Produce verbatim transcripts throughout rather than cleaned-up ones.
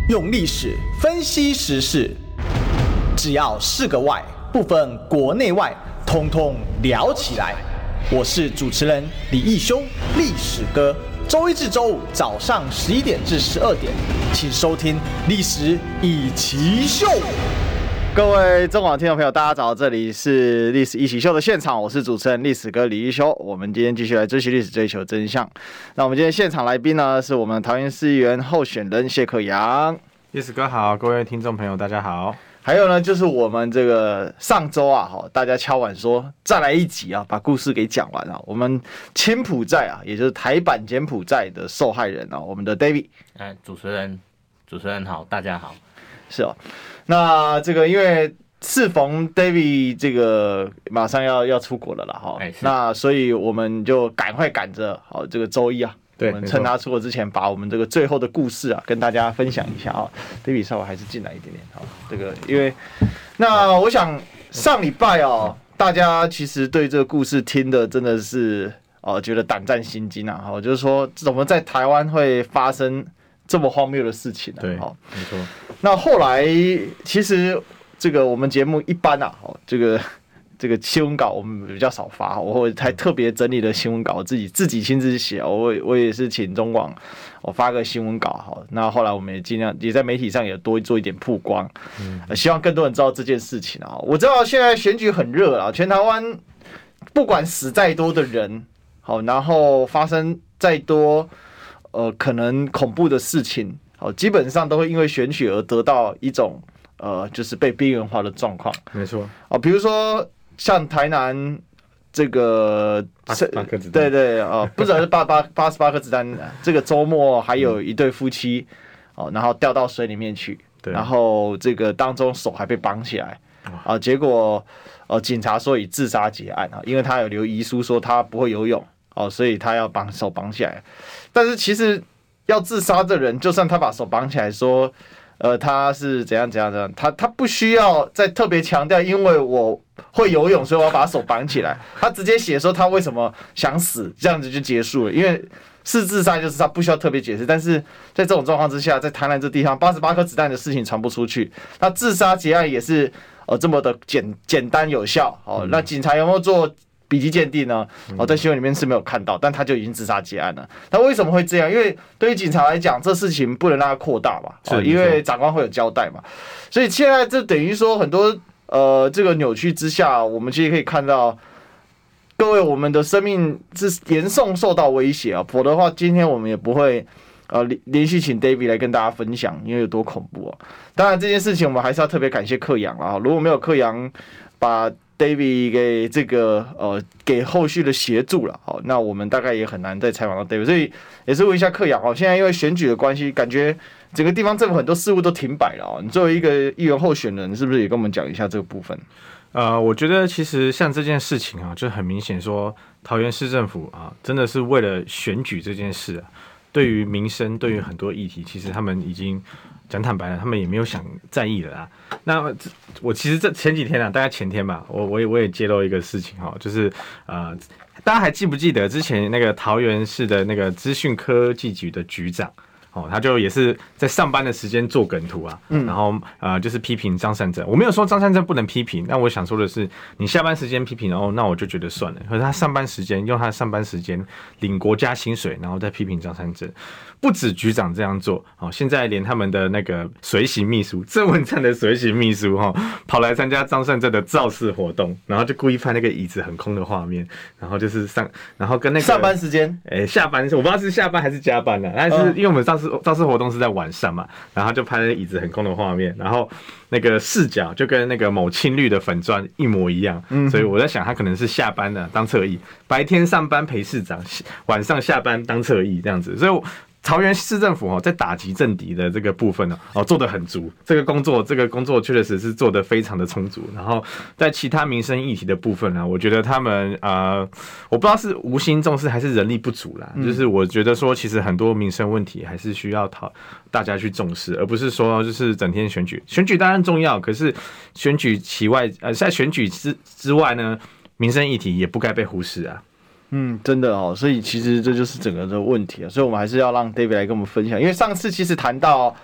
用历史分析时事，只要是个“外”，不分国内外，通通聊起来。我是主持人李义修，历史哥。周一至周五早上十一点至十二点，请收听《历史一起秀》。 各位中广听众朋友，大家早，这里是历史一起秀的现场，我是主持人历史哥李一修。我们今天继续来追寻历史，追求真相。那我们今天现场来宾呢，是我们桃园市议员候选人谢克阳。 历史哥好，各位听众朋友大家好。 还有呢，就是我们这个上周啊，大家敲碗说再来一集啊，把故事给讲完啊。我们柬埔寨啊，也就是台版柬埔寨的受害人啊，我们的 David。 哎，主持人，主持人好，大家好。 是哦，那这个因为适逢 David 这个马上要要出国了啦哈， 哎， 那所以我们就赶快赶着好这个周一啊， 对， 我们趁他出国之前，把我们这个最后的故事啊跟大家分享一下啊。David 稍微还是进来一点点哈，这个因为那我想上礼拜哦，大家其实对这个故事听的真的是哦觉得胆战心惊啊，哈，就是说怎么在台湾会发生这么荒谬的事情呢？ 对，没错。 那后来其实这个我们节目一般啊，这个这个新闻稿我们比较少发，我还特别整理了新闻稿，我自己自己亲自写，我我也是请中广我发个新闻稿哈。那后来我们也尽量也在媒体上也多做一点曝光，嗯呃、希望更多人知道这件事情啊。我知道现在选举很热啊，全台湾不管死再多的人，好，然后发生再多呃可能恐怖的事情。好，基本上都会因为选举而得到一种呃，就是被边缘化的状况。 没错。 哦，比如说像台南这个八十八颗子弹， 对对哦，不只是八八八十八颗子弹。这个周末还有一对夫妻哦，然后掉到水里面去，然后这个当中手还被绑起来啊，结果呃警察说以自杀结案啊，因为他有留遗书说他不会游泳哦，所以他要绑手绑起来，但是其实。要自杀的人，就算他把手绑起来说，呃，他是怎样怎样怎样，他他不需要再特别强调，因为我会游泳，所以我要把手绑起来。他直接写说他为什么想死，这样子就结束了。因为是自杀，就是他不需要特别解释。但是在这种状况之下，在台南这地方，八十八颗子弹的事情传不出去，那自杀结案也是呃这么的简简单有效。哦，那警察有没有做笔迹鉴定呢？哦，在新闻里面是没有看到，但他就已经自杀结案了。他为什么会这样？因为对于警察来讲，这事情不能让它扩大嘛，哦，因为长官会有交代嘛。所以现在这等于说很多呃这个扭曲之下，我们其实可以看到，各位我们的生命是严重受到威胁啊，否则的话，今天我们也不会呃连续请 David 来跟大家分享，因为有多恐怖啊。当然这件事情我们还是要特别感谢克阳啊，如果没有克阳把David 给这个呃给后续的协助了，好，那我们大概也很难再采访到 David， 所以也是问一下克阳哦，现在因为选举的关系，感觉整个地方政府很多事务都停摆了哦。你作为一个议员候选人，是不是也跟我们讲一下这个部分？ 呃，我觉得其实像这件事情啊，就很明显说，桃园市政府啊，真的是为了选举这件事啊，对于民生，对于很多议题，其实他们已经。讲坦白了，他们也没有想在意了啦。那我其实这前几天啊，大概前天吧，我我也我也揭露一个事情哈，就是呃，大家还记不记得之前那个桃园市的那个资讯科技局的局长？哦，他就也是在上班的时间做梗图啊，嗯、然后呃就是批评张善政。我没有说张善政不能批评，那我想说的是，你下班时间批评，哦，那我就觉得算了。可是他上班时间用他的上班时间领国家薪水，然后再批评张善政，不止局长这样做，哦，现在连他们的那个随行秘书郑文灿的随行秘书哈、哦，跑来参加张善政的造势活动，然后就故意拍那个椅子很空的画面，然后就是上，然后跟那个上班时间， 哎、欸，下班我不知道是下班还是加班呢、啊，但是因为我们上。造势活动是在晚上嘛，然后就拍了椅子很空的画面，然后那个视角就跟那个某青绿的粉砖一模一样，嗯、所以我在想他可能是下班了当侧翼，白天上班陪市长，晚上下班当侧翼这样子，所以我。桃园市政府哦，在打击政敌的这个部分呢，哦做得很足，这个工作，这个工作确实是做得非常的充足。然后在其他民生议题的部分呢，我觉得他们呃，我不知道是无心重视还是人力不足啦。嗯、就是我觉得说，其实很多民生问题还是需要讨大家去重视，而不是说就是整天选举，选举当然重要，可是选举其外，呃，在选举之之外呢，民生议题也不该被忽视啊。 嗯，真的哦，所以其实这就是整个的问题啊，所以我们还是要让 David 来跟我们分享，因为上次其实谈到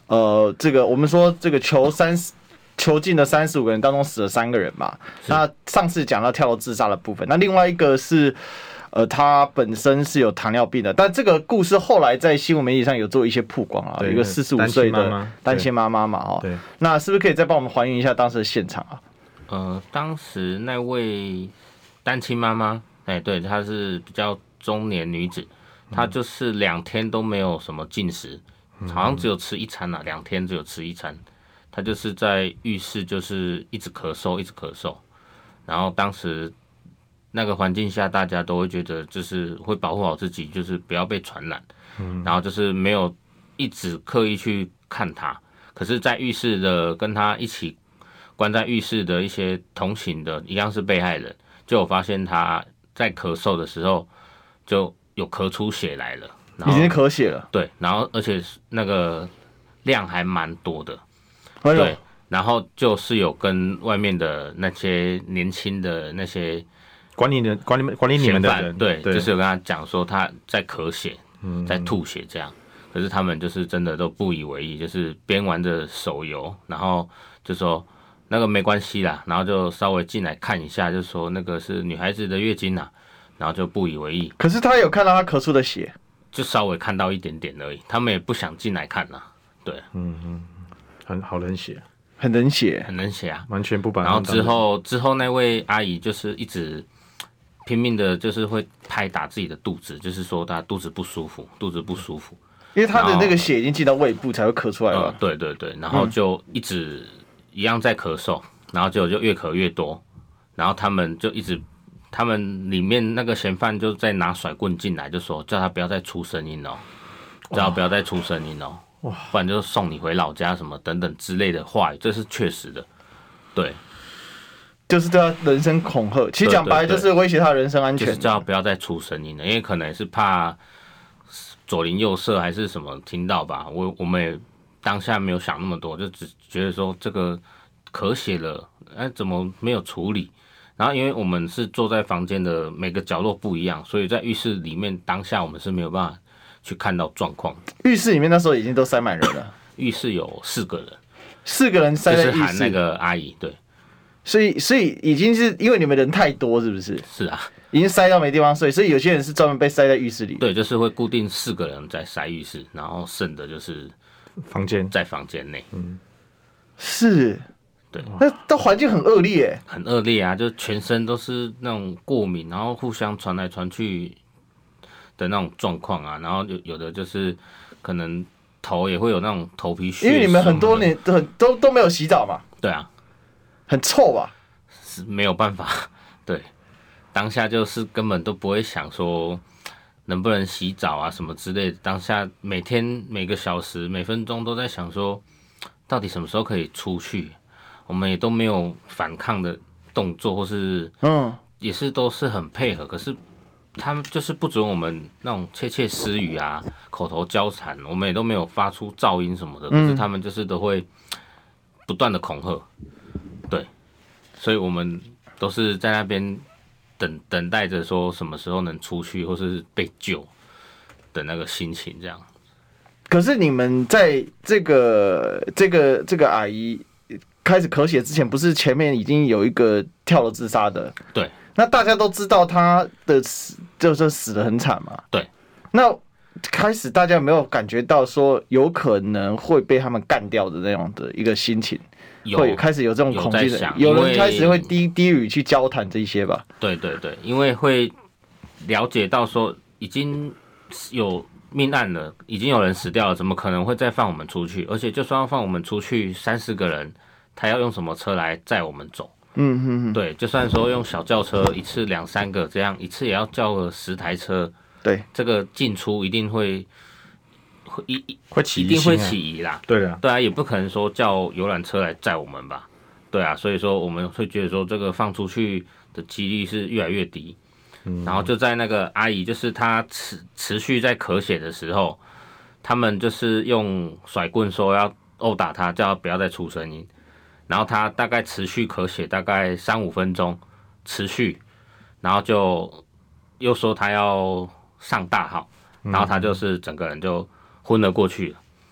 呃，这个我们说这个囚三十囚禁的三十五个人当中死了三个人嘛。那上次讲到跳楼自杀的部分，那另外一个是。呃，他本身是有糖尿病的，但这个故事后来在新闻媒体上有做一些曝光啊，一个四十五岁的单亲妈妈嘛，哦，对，那是不是可以再帮我们还原一下当时的现场啊？ 呃，当时那位单亲妈妈，哎，对，她是比较中年女子，她就是两天都没有什么进食，嗯、好像只有吃一餐啊，两天只有吃一餐，她就是在浴室就是一直咳嗽，一直咳嗽，然后当时。那个环境下，大家都会觉得就是会保护好自己，就是不要被传染。嗯，然后就是没有一直刻意去看他。可是，在浴室的跟他一起关在浴室的一些同行的，一样是被害人，就有发现他在咳嗽的时候就有咳出血来了， 已经咳血了。 对，然后而且那个量还蛮多的。哎、对，然后就是有跟外面的那些年轻的那些。 管理的管理管理你们的人， 对，对就是有跟他讲说他在咳血，嗯、在吐血这样，可是他们就是真的都不以为意，就是边玩着手游，然后就说那个没关系啦，然后就稍微进来看一下，就说那个是女孩子的月经啊，然后就不以为意。 可是他有看到他咳出的血， 就稍微看到一点点而已，他们也不想进来看啦。对， 嗯嗯，很好冷血， 很冷血， 很冷血啊， 完全不把。 然后之后之后那位阿姨就是一直。拼命的，就是会拍打自己的肚子，就是说他肚子不舒服，肚子不舒服， 因为他的那个血已经进到胃部才会咳出来了、 呃。对对对，然后就一直一样在咳嗽，然后结果就越咳越多，然后他们就一直，他们里面那个嫌犯就在拿甩棍进来，就说叫他不要再出声音哦，叫他不要再出声音哦，不然就送你回老家什么等等之类的话语，这是确实的，对。 就是对他人身恐吓，其实讲白就是威胁他的人身安全， 就是叫他不要再出声音了，因为可能是怕左邻右舍还是什么听到吧。我我们也当下没有想那么多，就只觉得说这个咳血了，哎，怎么没有处理？然后因为我们是坐在房间的每个角落不一样，所以在浴室里面当下我们是没有办法去看到状况。 浴室里面那时候已经都塞满人了， 浴室有四个人， 四个人塞在浴室， 就是喊那个阿姨，对。 所以，所以已经是因为你们人太多，是不是？ 是啊， 已经塞到没地方睡，所以有些人是专门被塞在浴室里。 对，就是会固定四个人在塞浴室，然后剩的就是房间， 在房间内。 嗯， 是， 对， 那那环境很恶劣， 很恶劣啊，就全身都是那种过敏，然后互相传来传去的那种状况啊，然后有有的就是可能头也会有那种头皮屑， 因为你们很多年都都都没有洗澡嘛。 对啊。 很臭吧？ 是没有办法，对，当下就是根本都不会想说能不能洗澡啊什么之类的。当下每天每个小时每分钟都在想说，到底什么时候可以出去？我们也都没有反抗的动作，或是嗯，也是都是很配合。可是他们就是不准我们那种窃窃私语啊、口头交谈，我们也都没有发出噪音什么的。可是他们就是都会不断的恐吓。对，所以我们都是在那边等等待着说什么时候能出去或是被救的那个心情，这样。 可是你们在这个这个这个阿姨开始咳血之前，不是前面已经有一个跳楼自杀的？ 对。 那大家都知道她的死就是死得很惨嘛？ 对。 那开始大家有没有感觉到说有可能会被他们干掉的那种的一个心情？会开始有这种恐惧的，有人开始会低低语去交谈这些吧？ 对对对，因为会了解到说已经有命案了，已经有人死掉了，怎么可能会再放我们出去？而且就算要放我们出去，三四个人，他要用什么车来载我们走？嗯哼哼，对，就算说用小轿车，一次两三个这样，一次也要叫个十台车， 对， 这个进出一定会。会一会起疑， 一定会起疑啦。 对的， 对啊，也不可能说叫游览车来载我们吧？对啊，所以说我们会觉得说这个放出去的几率是越来越低。嗯，然后就在那个阿姨，就是她持持续在咳血的时候，他们就是用甩棍说要殴打她，叫她不要再出声音。然后她大概持续咳血大概三五分钟，持续，然后就又说她要上大号，然后她就是整个人就昏了过去了，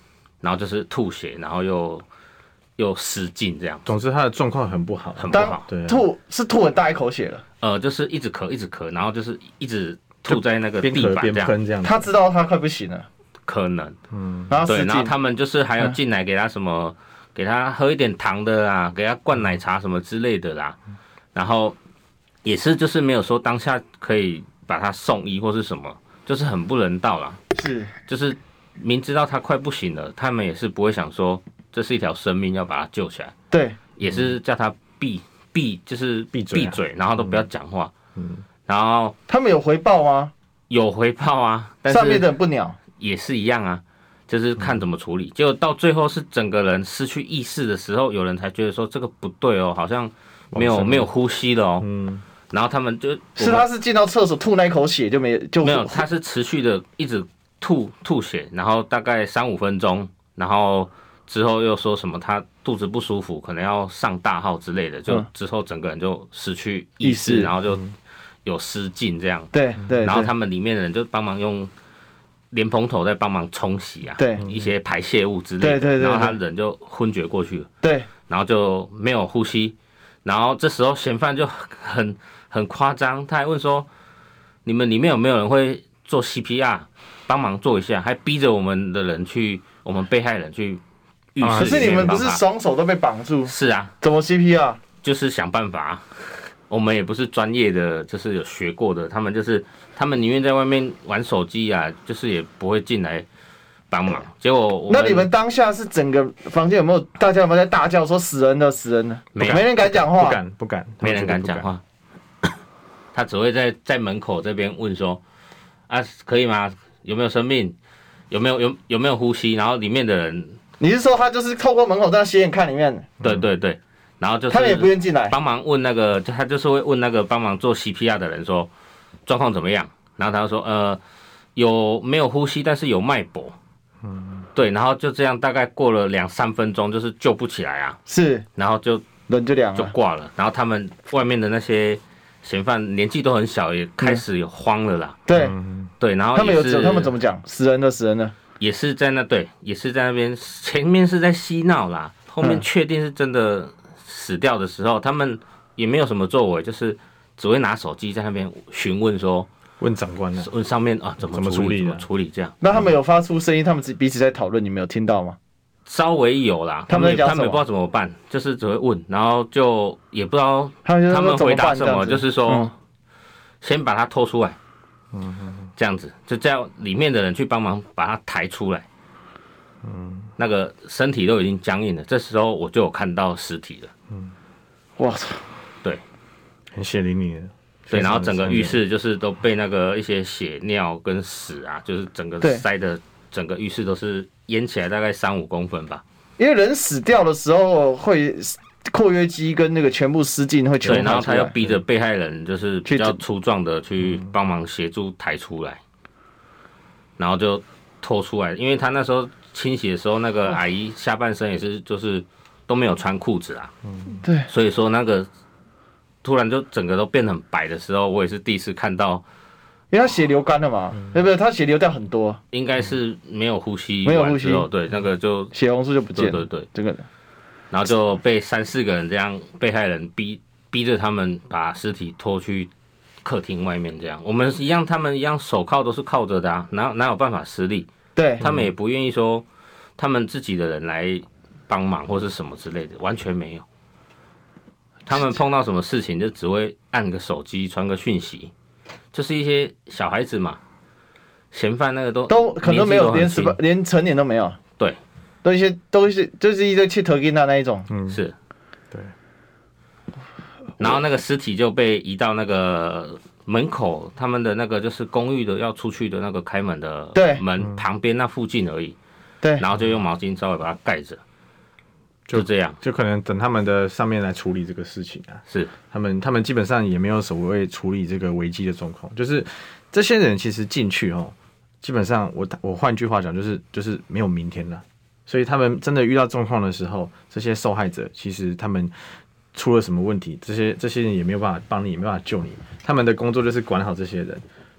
然后就是吐血，然后又又失禁这样。 总之他的状况很不好， 很不好。 对、啊， 吐是吐很大一口血了。 呃，就是一直咳，一直咳，然后就是一直吐在那个地板这样。 这样他知道他快不行了， 可能， 嗯， 然后对，然后他们就是还有进来给他什么，嗯、给他喝一点糖的啊，给他灌奶茶什么之类的啦，然后也是就是没有说当下可以把他送医或是什么，就是很不人道啦。 是， 就是明知道他快不行了，他们也是不会想说这是一条生命要把他救起来， 对， 也是叫他闭闭就是闭嘴、啊， 闭嘴，然后都不要讲话， 嗯， 然后他们有回报吗？ 有回报啊，但是上面的人不鸟， 也是一样啊，就是看怎么处理。结果到最后是整个人失去意识的时候，有人才觉得说这个不对哦，好像没有没有呼吸了哦。 嗯， 然后他们就是他是进到厕所吐那一口血就没就没有，他是持续的一直吐吐血，然后大概三五分钟，然后之后又说什么他肚子不舒服，可能要上大号之类的，就之后整个人就失去意识， 意识然后就有失禁这样。 对对， 然后他们里面的人就帮忙用莲蓬头在帮忙冲洗啊， 对一些排泄物之类的， 对对对对， 然后他人就昏厥过去了， 对， 然后就没有呼吸，然后这时候嫌犯就很很夸张，他还问说：“你们里面有没有人会做 C P R， 帮忙做一下？”还逼着我们的人去，我们被害人去浴室、啊。 可是你们不是双手都被绑住？ 是啊， 怎么 C P R？ 就是想办法、啊。我们也不是专业的，就是有学过的，他们就是他们宁愿在外面玩手机啊，就是也不会进来帮忙。结果我那你们当下是整个房间有没有大家有没有在大叫说死人了死人了？ 没有， 没人敢讲话， 不敢不敢， 没人敢讲话。他只会在在门口这边问说：“啊，可以吗？有没有生命？有没有有有没有呼吸？”然后里面的人， 你是说他就是透过门口这样斜眼看里面？ 对对对。然后就是他们也不愿进来， 帮忙问那个，他就是会问那个帮忙做 C P R 的人说状况怎么样，然后他就说呃有没有呼吸，但是有脉搏，嗯，对，然后就这样大概过了两三分钟，就是救不起来啊， 是， 然后就人就凉了， 就挂了，然后他们外面的那些嫌犯年纪都很小，也开始有慌了啦， 对、 嗯、 对，然后他们有他们怎么讲？死人了死人了， 也是在那对，也是在那边前面是在嬉闹啦，后面确定是真的。死掉的时候，他们也没有什么作为，就是只会拿手机在那边询问说， 问长官呢， 问上面啊怎么怎么处理， 怎么处理这样。 那他们有发出声音，他们彼此在讨论，你们有听到吗？ 稍微有啦， 他们在讲什么？ 他们也不知道怎么办，就是只会问，然后就也不知道他们他们回答什么，就是说、 嗯、 先把他拖出来，嗯，这样子就叫里面的人去帮忙把他抬出来。嗯，那个身体都已经僵硬了，这时候我就有看到尸体了。 嗯，我操， 对， 很血淋淋的。 对，然后整个浴室就是都被那个一些血尿跟屎啊，就是整个塞的，整个浴室都是淹起来，大概三五公分吧。 因为人死掉的时候会括约肌跟那个全部失禁，会全部对，然后他要逼着被害人就是比较粗壮的去帮忙协助抬出来，然后就拖出来，因为他那时候。清洗的时候，那个阿姨下半身也是，就是都没有穿裤子啊。 嗯，对。 所以说那个突然就整个都变很白的时候，我也是第一次看到， 因为他血流干了嘛，对不对？他血流掉很多， 应该是没有呼吸， 没有呼吸， 对，那个就血红素就不见了， 对对对， 这个， 然后就被三四个人这样被害人逼逼着他们把尸体拖去客厅外面，这样我们一样，他们一样手铐都是铐着的啊，哪哪有办法施力？ 对， 他们也不愿意说他们自己的人来帮忙或是什么之类的，完全没有。他们碰到什么事情就只会按个手机传个讯息，就是一些小孩子嘛，嫌犯那个都都可能没有，连十八连成年都没有。 对， 都一些都是就是一堆切头巾的那一种。 嗯， 是， 对。 然后那个尸体就被移到那个。门口他们的那个就是公寓的要出去的那个开门的门旁边那附近而已， 对， 然后就用毛巾稍微把它盖着，就这样， 就可能等他们的上面来处理这个事情啊。 是， 他们他们基本上也没有所谓处理这个危机的状况，就是这些人其实进去哦，基本上我我换句话讲就是就是没有明天了，所以他们真的遇到状况的时候，这些受害者其实他们。出了什么问题？这些这些人也没有办法帮你，也没办法救你。他们的工作就是管好这些人，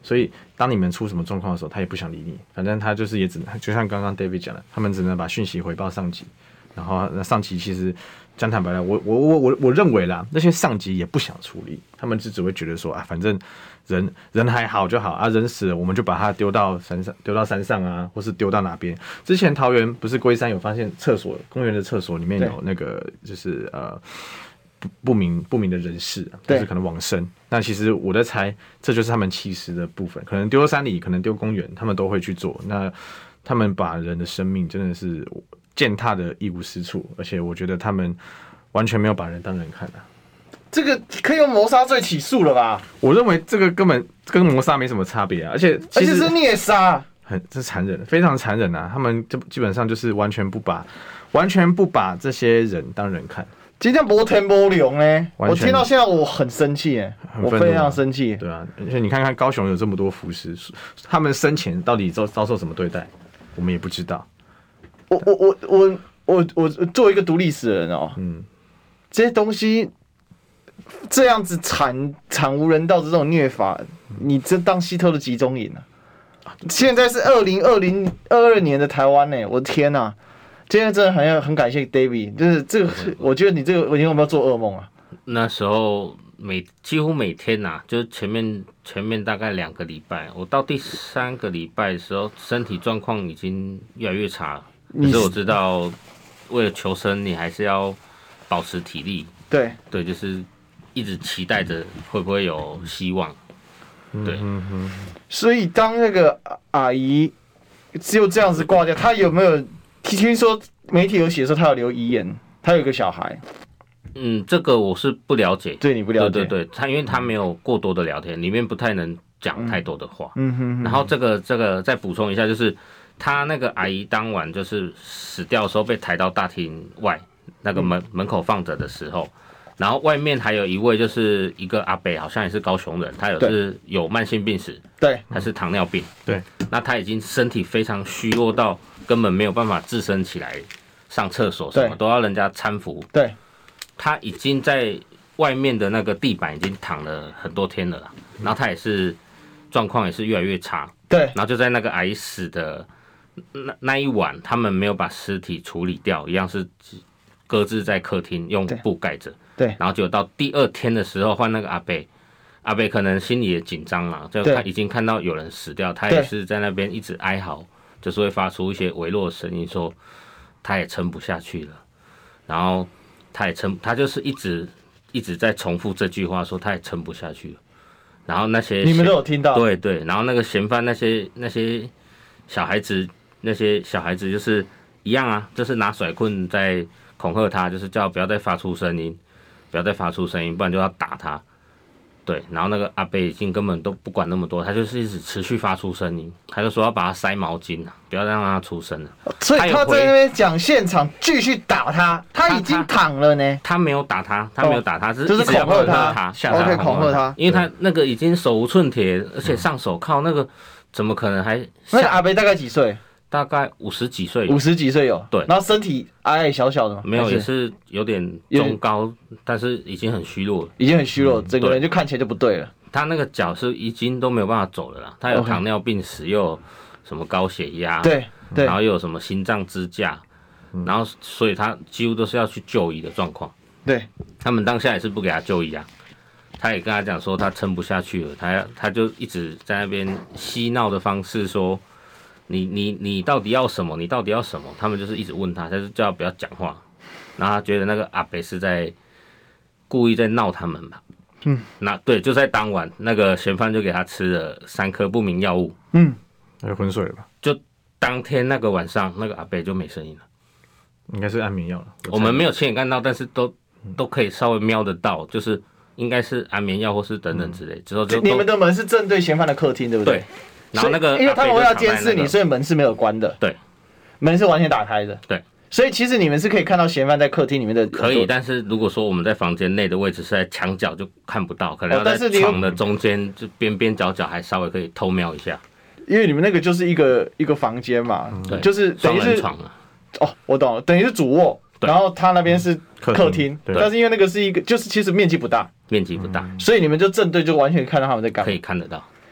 所以当你们出什么状况的时候，他也不想理你，反正他就是也只能，就像刚刚 David 讲的，他们只能把讯息回报上级，然后那上级其实讲坦白了，我我我我我认为啦，那些上级也不想处理，他们就只会觉得说啊，反正人人还好就好啊，人死了我们就把他丢到山上，丢到山上啊，或是丢到哪边。之前桃园不是龟山有发现厕所，公园的厕所里面有那个就是呃。不不明不明的人士，就是可能往生。那其实我在猜，这就是他们弃尸的部分，可能丢山里，可能丢公园，他们都会去做。那他们把人的生命真的是践踏的一无是处，而且我觉得他们完全没有把人当人看啊。 这个可以用谋杀罪起诉了吧？ 我认为这个根本跟谋杀没什么差别啊，而且而且是虐杀， 很这是残忍，非常残忍啊！他们就基本上就是完全不把完全不把这些人当人看。 今天没天没量呢，我听到现在我很生气哎，我非常生气。 对啊，而且你看看高雄有这么多浮尸，他们生前到底遭遭受什么对待，我们也不知道。 我我我我我我作为一个读历史的人哦，嗯，这些东西这样子惨惨无人道的这种虐法，你真当希特勒集中营啊？现在是二零二零二二年的台湾呢，我的天哪、啊！今天真的很很感谢 David， 就是这个，我觉得你这个，你有没有做噩梦啊？ 那时候每几乎每天呐、啊，就是前面前面大概两个礼拜，我到第三个礼拜的时候，身体状况已经越来越差了。可是我知道，为了求生，你还是要保持体力。 对对，就是一直期待着会不会有希望。对， 嗯哼。 所以当那个阿姨只有这样子挂掉，她有没有？听说媒体有写说他有留遗言，他有一个小孩。 嗯，这个我是不了解。 对你不了解？ 对对对，他因为他没有过多的聊天，里面不太能讲太多的话。 嗯哼哼。 然后这个这个再补充一下，就是他那个阿姨当晚就是死掉的时候被抬到大厅外那个门、嗯、门口放着的时候，然后外面还有一位就是一个阿伯，好像也是高雄人，他有是有慢性病史， 对， 他是糖尿病， 对， 那他已经身体非常虚弱到根本没有办法自身起来上厕所，什么都要人家搀扶， 对， 他已经在外面的那个地板已经躺了很多天了啦，然后他也是状况也是越来越差， 对， 然后就在那个阿姨死的那那一晚，他们没有把尸体处理掉，一样是搁置在客厅用布盖着。 对， 然后就到第二天的时候，换那个阿伯，阿伯可能心里也紧张嘛，就他已经看到有人死掉，他也是在那边一直哀嚎，就是会发出一些微弱的声音，说他也撑不下去了，然后他也撑，他就是一直一直在重复这句话，说他也撑不下去了。然后那些你们都有听到， 对对，然后那个嫌犯那些那些小孩子，那些小孩子就是一样啊，就是拿甩棍在恐吓他，就是叫不要再发出声音。不要再发出声音，不然就要打他。对，然后那个阿伯已经根本都不管那么多，他就是一直持续发出声音，他就说要把他塞毛巾，不要让他出声了。 所以他在那边讲现场继续打他，他已经躺了呢。 他没有打他，他没有打他， 哦、 只是恐吓他， 吓他， OK， 恐吓他， 因为他那个已经手无寸铁，而且上手铐，那个怎么可能还？ 那个阿伯大概几岁？ 大概五十几岁， 五十几岁有， 对， 然后身体矮矮小小的， 没有，也是有点中高，但是已经很虚弱了， 已经很虚弱，嗯、整个人就看起来就不对了。 他那个脚是已经都没有办法走了啦，他有糖尿病史，又有什么高血压， 对对， 然后又有什么心脏支架，嗯、然后所以他几乎都是要去就医的状况。 对， 他们当下也是不给他就医啊，他也跟他讲说他撑不下去了，他他就一直在那边嬉闹的方式说。你你你到底要什么？你到底要什么？他们就是一直问他，他就叫他不要讲话。然后他觉得那个阿伯是在故意在闹他们吧。嗯，那对，就在当晚，那个嫌犯就给他吃了三颗不明药物。 嗯，他就昏睡了吧？ 就当天那个晚上，那个阿伯就没声音了。 应该是安眠药了。 我们没有亲眼看到，但是都都可以稍微瞄得到，就是应该是安眠药或是等等之类。之后就你们的门是正对嫌犯的客厅，对不对？ 对。然后那个， 因为他们要监视你，所以门是没有关的。 对， 门是完全打开的。 对， 所以其实你们是可以看到嫌犯在客厅里面的。 可以，但是如果说我们在房间内的位置是在墙角，就看不到，可能要在床的中间，就边边角角还稍微可以偷瞄一下。 因为你们那个就是一个一个房间嘛， 对， 就是等于是床啊。 哦，我懂了，等于是主卧，然后他那边是客厅，但是因为那个是一个，就是其实面积不大， 面积不大， 所以你们就正对，就完全看到他们在干嘛， 可以看得到。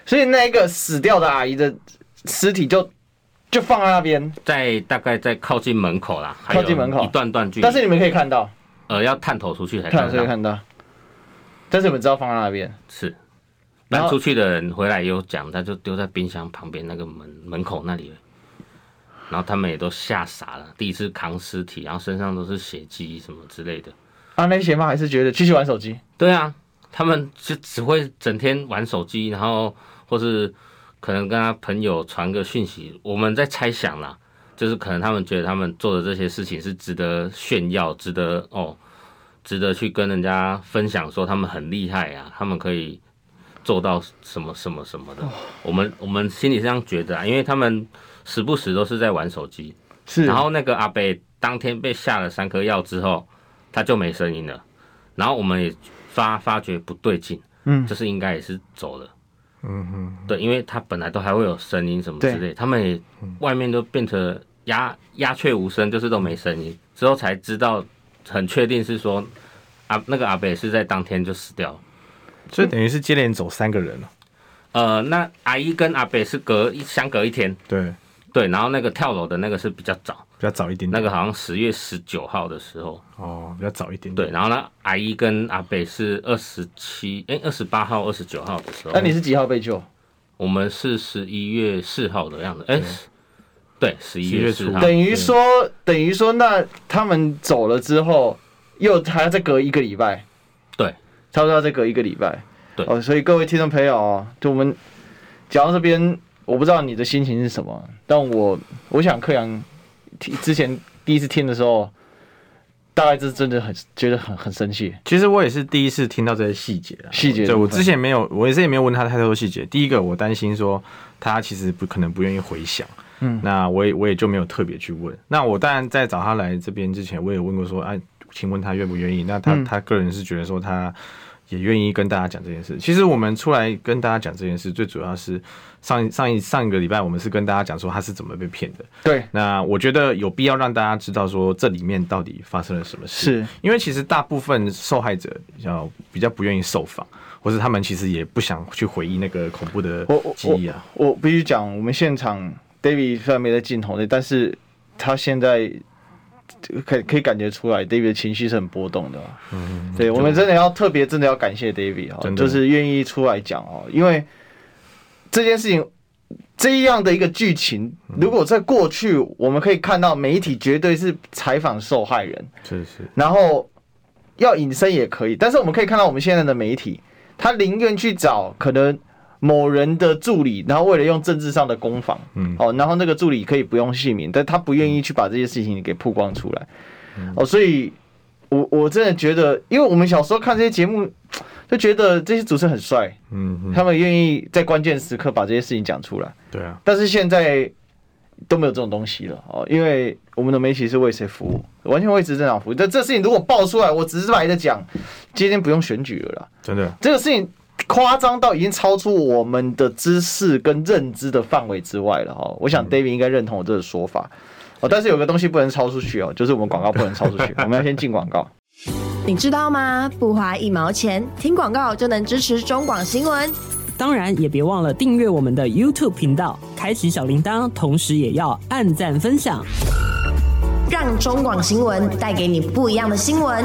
所以那个死掉的阿姨的尸体就就放在那边， 在大概在靠近门口啦， 靠近门口一段段距离。 但是你们可以看到， 呃，要探头出去才看看得到。 看到，但是你们知道放在那边是。搬出去的人回来也有讲，他就丢在冰箱旁边那个门门口那里了。然后他们也都吓傻了，第一次扛尸体，然后身上都是血迹什么之类的。 啊，那些吗？还是觉得继续玩手机？ 对啊，他们就只会整天玩手机，然后或是可能跟他朋友传个讯息。我们在猜想啦，就是可能他们觉得他们做的这些事情是值得炫耀，值得哦，值得去跟人家分享，说他们很厉害啊，他们可以做到什么什么什么的。我们我们心里是这样觉得啊，因为他们时不时都是在玩手机。 是。 然后那个阿伯当天被下了三颗药之后，他就没声音了。然后我们也发发觉不对劲，嗯，就是应该也是走了。嗯哼，对，因为他本来都还会有声音什么之类，他们也外面都变成鸦鸦雀无声，就是都没声音。之后才知道，很确定是说，啊，那个阿伯是在当天就死掉了。 所以等于是接连走三个人了。 呃，那阿姨跟阿伯是隔相隔一天。 对对，然后那个跳楼的那个是比较早， 比较早一点点， 那个好像十月十九号的时候。 哦，比较早一点点。 对，然后呢，阿姨跟阿伯是二十七，哎，二十八号、二十九号的时候。 那你是几号被救？ 我们是十一月四号的样子，哎，对，十一月四号。 等于说，等于说，那他们走了之后，又还要再隔一个礼拜。 对， 差不多要再隔一个礼拜。 对， 哦，所以各位听众朋友哦，就我们讲到这边，我不知道你的心情是什么，但我我想克阳之前第一次听的时候，大概是真的很觉得很很生气。 其实我也是第一次听到这些细节细节对我之前没有，我也是也没有问他太多细节。第一个，我担心说他其实不可能不愿意回想，嗯，那我也我也就没有特别去问。那我当然在找他来这边之前，我也问过说，哎、啊，请问他愿不愿意？那他、嗯、他个人是觉得说他也愿意跟大家讲这件事。其实我们出来跟大家讲这件事，最主要是上上一上一个礼拜，我们是跟大家讲说他是怎么被骗的。 对， 那我觉得有必要让大家知道说这里面到底发生了什么事。 是因为其实大部分受害者比较比较不愿意受访，或是他们其实也不想去回忆那个恐怖的记忆啊。 我 我, 我必须讲，我们现场 David 虽然没在镜头内，但是他现在。可以可以感觉出来 ，David 的情绪是很波动的、啊。嗯，对，我们真的要特别真的要感谢 David 哈，就是愿意出来讲哦，因为这件事情这样的一个剧情，如果在过去我们可以看到媒体绝对是采访受害人， 是是， 然后要隐身也可以，但是我们可以看到我们现在的媒体，他宁愿去找可能。某人的助理，然后为了用政治上的攻防，嗯，哦，然后那个助理可以不用姓名，但他不愿意去把这些事情给曝光出来，嗯、哦，所以我我真的觉得，因为我们小时候看这些节目，就觉得这些主持人很帅，嗯，嗯他们愿意在关键时刻把这些事情讲出来， 对啊， 但是现在都没有这种东西了，哦，因为我们的媒体是为谁服务，完全为执政党服务。但这事情如果爆出来，我直白的讲，今天不用选举了啦， 真的， 这个事情。夸张到已经超出我们的知识跟认知的范围之外了哈，我想 David 应该认同我这个说法哦。但是有个东西不能超出去哦，就是我们广告不能超出去，我们要先进广告。 你知道吗？不花一毛钱，听广告就能支持中广新闻。 当然也别忘了订阅我们的 YouTube 频道，开启小铃铛，同时也要按赞分享， 让中广新闻带给你不一样的新闻。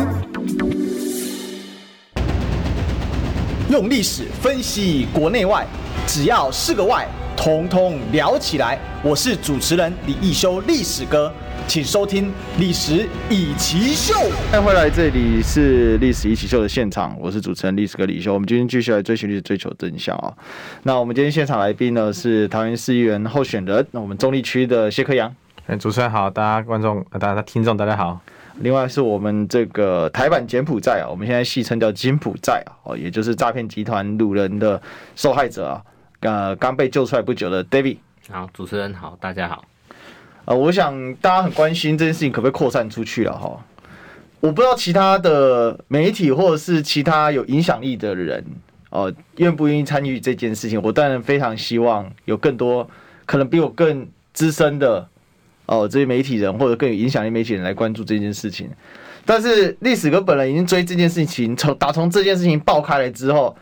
用历史分析国内外，只要是个“外”，统统聊起来。我是主持人李义修，历史哥，请收听《历史一起秀》。 欢迎回来，这里是《历史一起秀》的现场，我是主持人历史哥李修。我们今天继续来追寻历史，追求真相啊。那我们今天现场来宾呢是桃园市议员候选人，那我们中坜区的谢克阳。 哎，主持人好，大家观众、大家听众大家好。 另外是我们这个台版柬埔寨啊，我们现在戏称叫金埔寨啊，哦，也就是诈骗集团掳人的受害者啊，呃，刚被救出来不久的 David。 好，主持人好，大家好。 呃，我想大家很关心这件事情可不可以扩散出去了哈？我不知道其他的媒体或者是其他有影响力的人哦、呃，愿不愿意参与这件事情？我当然非常希望有更多可能比我更资深的。哦，这些媒体人或者更有影响力媒体人来关注这件事情，但是历史哥本人已经追这件事情，从打从这件事情爆开来之后，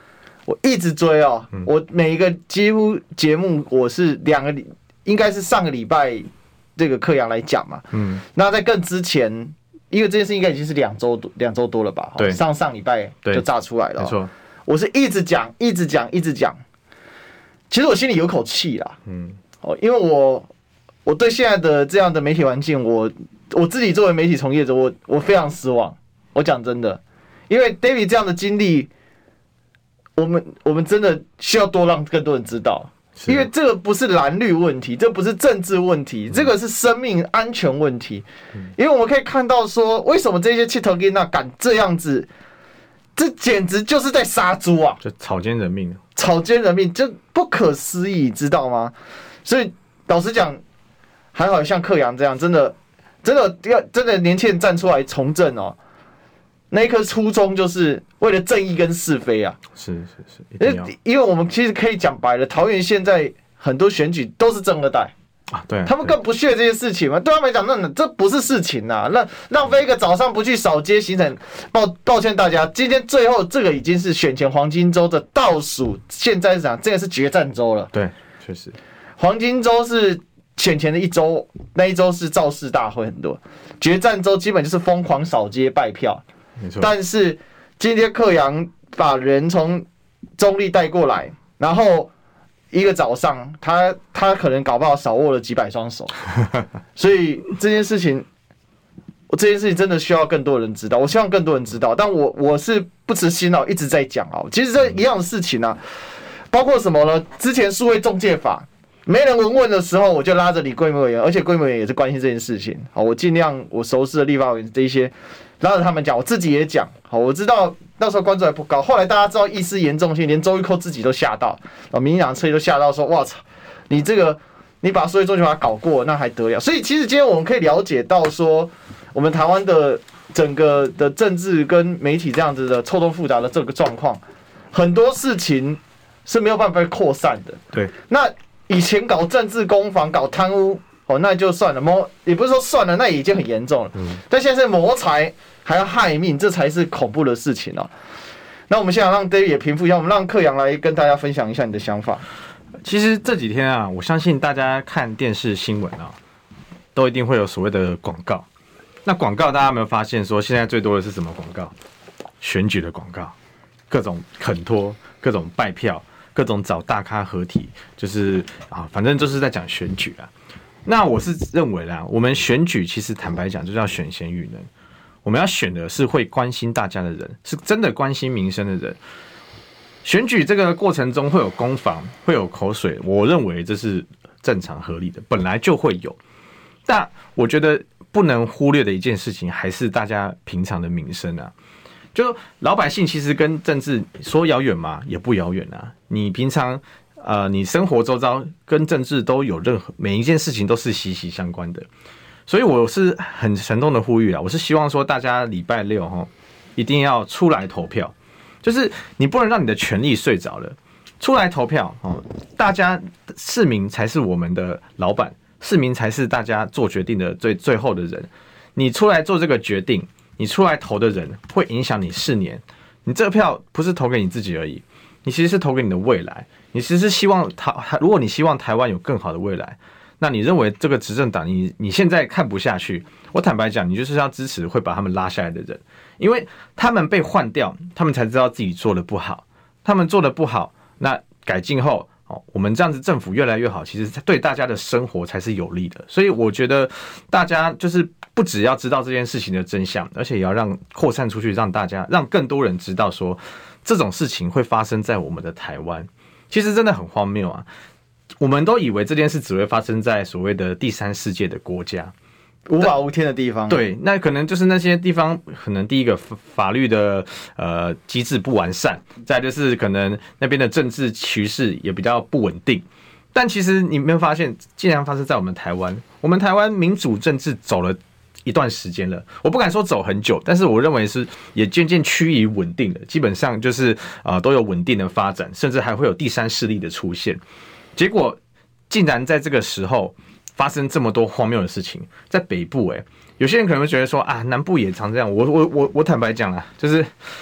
我一直追哦，嗯、我每一个几乎节目我是两个，应该是上个礼拜这个克阳来讲嘛，嗯，那在更之前，因为这件事应该已经是两周多两周多了吧， 对， 上上礼拜就炸出来了、哦， 没错， 我是一直讲，一直讲，一直讲，其实我心里有口气啦，嗯，哦，因为我我对现在的这样的媒体环境，我我自己作为媒体从业者，我我非常失望，我讲真的，因为 David 这样的经历。我们我们真的需要多让更多人知道，因为这个不是蓝绿问题，这不是政治问题，这个是生命安全问题。因为我们可以看到说，为什么这些气头给那敢这样子，这简直就是在杀猪啊！ 就草菅人命， 草菅人命，这不可思议，知道吗？所以老实讲，还好像克阳这样，真的真的要真的年轻人站出来从政哦。那一颗初衷就是为了正义跟是非啊！ 是是是，一定要， 因为我们其实可以讲白了，桃园现在很多选举都是正二代啊，对啊， 他们更不屑这些事情嘛。对他们来讲，那这不是事情呐、啊，那浪费一个早上不去扫街行程。抱抱歉大家，今天最后这个已经是选前黄金周的倒数，现在是讲这个是决战周了。 对，确实， 黄金周是选前的一周，那一周是造势大会很多，决战周基本就是疯狂扫街拜票。但是今天克阳把人从中立带过来，然后一个早上，他他可能搞不好少握了几百双手，所以这件事情，这件事情真的需要更多人知道。我希望更多人知道，但我我是不辞辛劳一直在讲啊。其实这一样的事情啊，包括什么呢？之前数位仲介法没人闻问的时候，我就拉着李贵美委员，而且贵美委员也是关心这件事情。好，我尽量我熟识的立法委员这一些。拉着他们讲，我自己也讲，好，我知道那时候关注还不高，后来大家知道意识严重性，连周玉蔻自己都吓到，啊，民进党车都吓到说，哇操，你这个你把数位仲介法搞过，那还得了？所以其实今天我们可以了解到说，我们台湾的整个的政治跟媒体这样子的错综复杂的这个状况，很多事情是没有办法被扩散的。 对， 那以前搞政治攻防、搞贪污。哦，那就算了，谋也不是说算了，那已经很严重了。嗯，但现在是谋财还要害命，这才是恐怖的事情哦。那我们现在让 David 也平复一下，我们让克阳来跟大家分享一下你的想法。 其实这几天啊，我相信大家看电视新闻啊，都一定会有所谓的广告。那广告大家有没有发现说，现在最多的是什么广告？选举的广告，各种肯托，各种拜票，各种找大咖合体，就是啊，反正就是在讲选举啊。那我是认为啦，我们选举其实坦白讲，就是要选贤与能。我们要选的是会关心大家的人，是真的关心民生的人。选举这个过程中会有攻防，会有口水，我认为这是正常合理的，本来就会有。但我觉得不能忽略的一件事情，还是大家平常的民生啊。就老百姓其实跟政治说遥远嘛，也不遥远啊。你平常。呃，你生活周遭跟政治都有任何每一件事情都是息息相关的，所以我是很沉痛的呼吁啦，我是希望说大家礼拜六齁一定要出来投票，就是你不能让你的权利睡着了，出来投票哦，大家市民才是我们的老板，市民才是大家做决定的最最后的人，你出来做这个决定，你出来投的人会影响你四年，你这个票不是投给你自己而已，你其实是投给你的未来。你其实是希望台，如果你希望台湾有更好的未来，那你认为这个执政党你你现在看不下去，我坦白讲，你就是要支持会把他们拉下来的人，因为他们被换掉，他们才知道自己做的不好，他们做的不好，那改进后，我们这样子政府越来越好，其实对大家的生活才是有利的。所以我觉得大家就是不只要知道这件事情的真相，而且也要让扩散出去，让大家让更多人知道说这种事情会发生在我们的台湾。其实真的很荒谬啊！我们都以为这件事只会发生在所谓的第三世界的国家， 无法无天的地方。 对，那可能就是那些地方，可能第一个法律的呃机制不完善，再来就是可能那边的政治局势也比较不稳定。但其实你没有发现，竟然发生在我们台湾，我们台湾民主政治走了一段时间了，我不敢说走很久，但是我认为是也渐渐趋于稳定了，基本上就是呃都有稳定的发展，甚至还会有第三势力的出现。结果竟然在这个时候发生这么多荒谬的事情，在北部、欸，哎，有些人可能会觉得说啊，南部也常这样。我我我我坦白讲啊，就是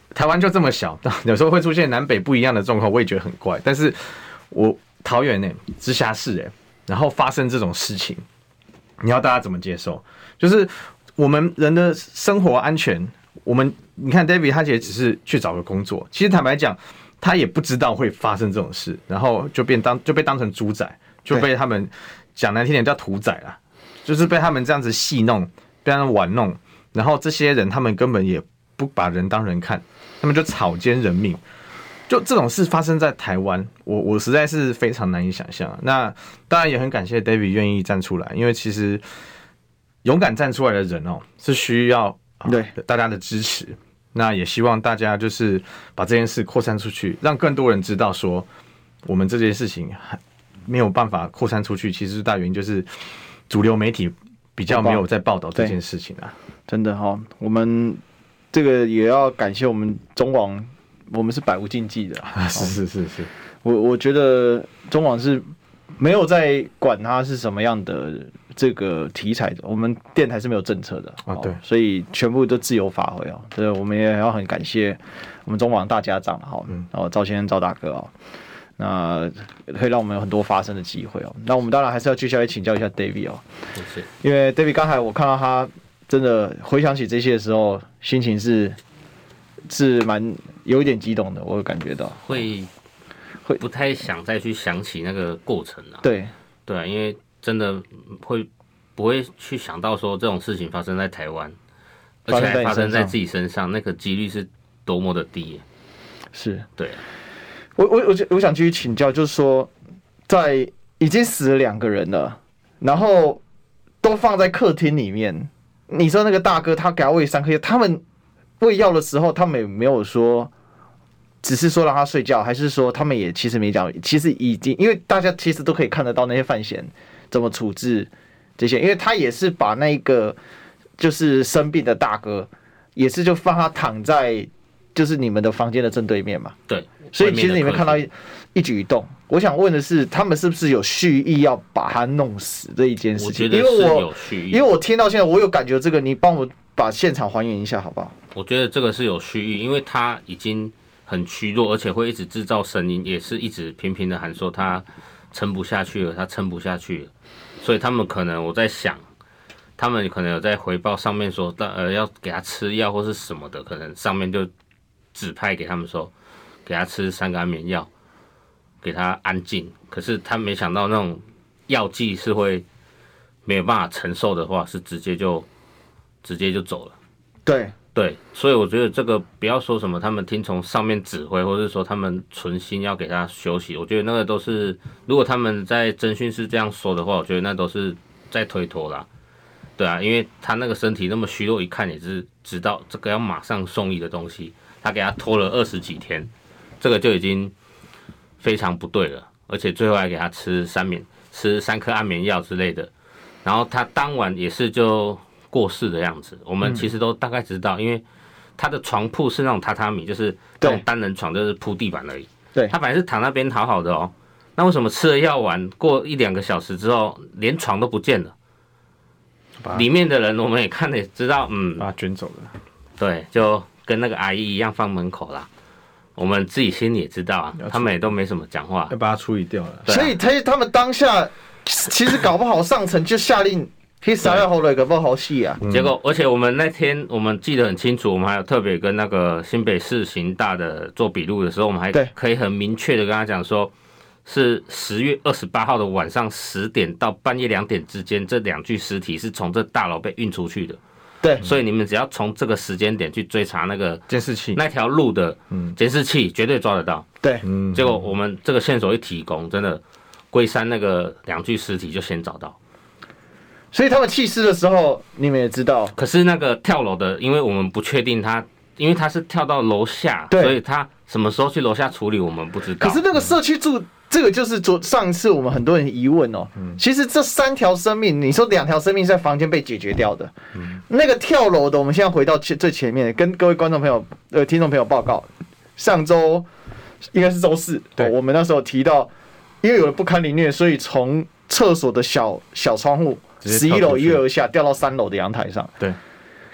台湾就这么小，有时候会出现南北不一样的状况，我也觉得很怪。但是我桃园呢、欸，直辖市哎、欸，然后发生这种事情，你要大家怎么接受？就是我们人的生活安全，我们你看 David 他其实只是去找个工作，其实坦白讲，他也不知道会发生这种事，然后就变当就被当成猪仔，就被他们讲难听点叫屠宰啦，就是被他们这样子戏弄，被他们玩弄，然后这些人他们根本也不把人当人看，他们就草菅人命。就这种事发生在台湾，我我实在是非常难以想象、啊。那当然也很感谢 David 愿意站出来，因为其实勇敢站出来的人哦，是需要、啊、 对大家的支持。那也希望大家就是把这件事扩散出去，让更多人知道说，我们这件事情没有办法扩散出去，其实大原因就是主流媒体比较没有在报道这件事情啊。 真的哈、哦，我们这个也要感谢我们中网。我们是百无禁忌的、 啊，是是是是， 我我觉得中网是没有在管它是什么样的这个题材的，我们电台是没有政策的啊，对， 所以全部都自由发挥哦。所以我们也要很感谢我们中网大家长哈，然后赵先生、赵大哥哦，那可以让我们有很多发声的机会哦。那我们当然还是要接下来请教一下 David 哦， 谢谢。 因为 David 刚才我看到他真的回想起这些的时候，心情是。是蛮有一点激动的，我有感觉到会会不太想再去想起那个过程啊。 对对啊，因为真的会不会去想到说这种事情发生在台湾，而且还发生在自己身上，那个几率是多么的低。 是， 对、啊。 我我我我想继续请教，就是说，在已经死了两个人了，然后都放在客厅里面，你说那个大哥他给他喂三颗药，他们。喂药的时候，他们也没有说，只是说让他睡觉，还是说他们也其实没讲，其实已经，因为大家其实都可以看得到那些犯嫌怎么处置这些，因为他也是把那个就是生病的大哥，也是就放他躺在就是你们的房间的正对面嘛。 对， 所以其实你们看到一一举一动，我想问的是，他们是不是有蓄意要把他弄死这一件事情？ 我觉得是有蓄意， 因为我听到现在，我有感觉这个，你帮我把现场还原一下好不好？ 我觉得这个是有蓄意，因为他已经很虚弱，而且会一直制造声音，也是一直频频的喊说他撑不下去了，他撑不下去了。所以他们可能我在想，他们可能有在回报上面说，呃，要给他吃药或是什么的，可能上面就指派给他们说，给他吃三个安眠药，给他安静。可是他没想到那种药剂是会没有办法承受的话，是直接就直接就走了。 对。 对，所以我觉得这个不要说什么他们听从上面指挥，或者说他们存心要给他休息，我觉得那个都是，如果他们在侦讯室这样说的话，我觉得那都是在推脱啦。对啊，因为他那个身体那么虚弱，一看也是知道这个要马上送医的东西，他给他拖了二十几天，这个就已经非常不对了，而且最后还给他吃三眠吃三颗安眠药之类的，然后他当晚也是就。过世的样子，我们其实都大概知道，因为他的床铺是那种榻榻米，就是那种单人床，就是铺地板而已。 对， 他本来是躺那边好好的哦，那为什么吃了药丸过一两个小时之后，连床都不见了？里面的人我们也看了也知道，嗯， 把他卷走了。 对，就跟那个阿姨一样放门口啦。我们自己心里也知道啊，他们也都没什么讲话， 要把他处理掉了。 所以他他们当下其实搞不好上层就下令。可以杀掉后来个不好戏啊！ 结果，而且我们那天我们记得很清楚，我们还有特别跟那个新北市刑大的做笔录的时候，我们还可以很明确的跟他讲说，是十月二十八号的晚上十点到半夜两点之间，这两具尸体是从这大楼被运出去的。 对， 所以你们只要从这个时间点去追查那个监视器， 那条路的监视器，绝对抓得到。 对， 嗯， 结果我们这个线索一提供，真的龟山那个两具尸体就先找到。 所以他们弃尸的时候，你们也知道。 可是那个跳楼的，因为我们不确定他，因为他是跳到楼下，所以他什么时候去楼下处理，我们不知道。 可是那个社区住，这个就是昨上一次我们很多人疑问哦。嗯、其实这三条生命，你说两条生命是在房间被解决掉的，嗯、那个跳楼的，我们现在回到最前面，跟各位观众朋友、呃听众朋友报告，上周应该是周四，对、哦，我们那时候提到，因为有人不堪凌虐，所以从厕所的小小窗户。十一楼一跃而下，掉到三楼的阳台上。 对，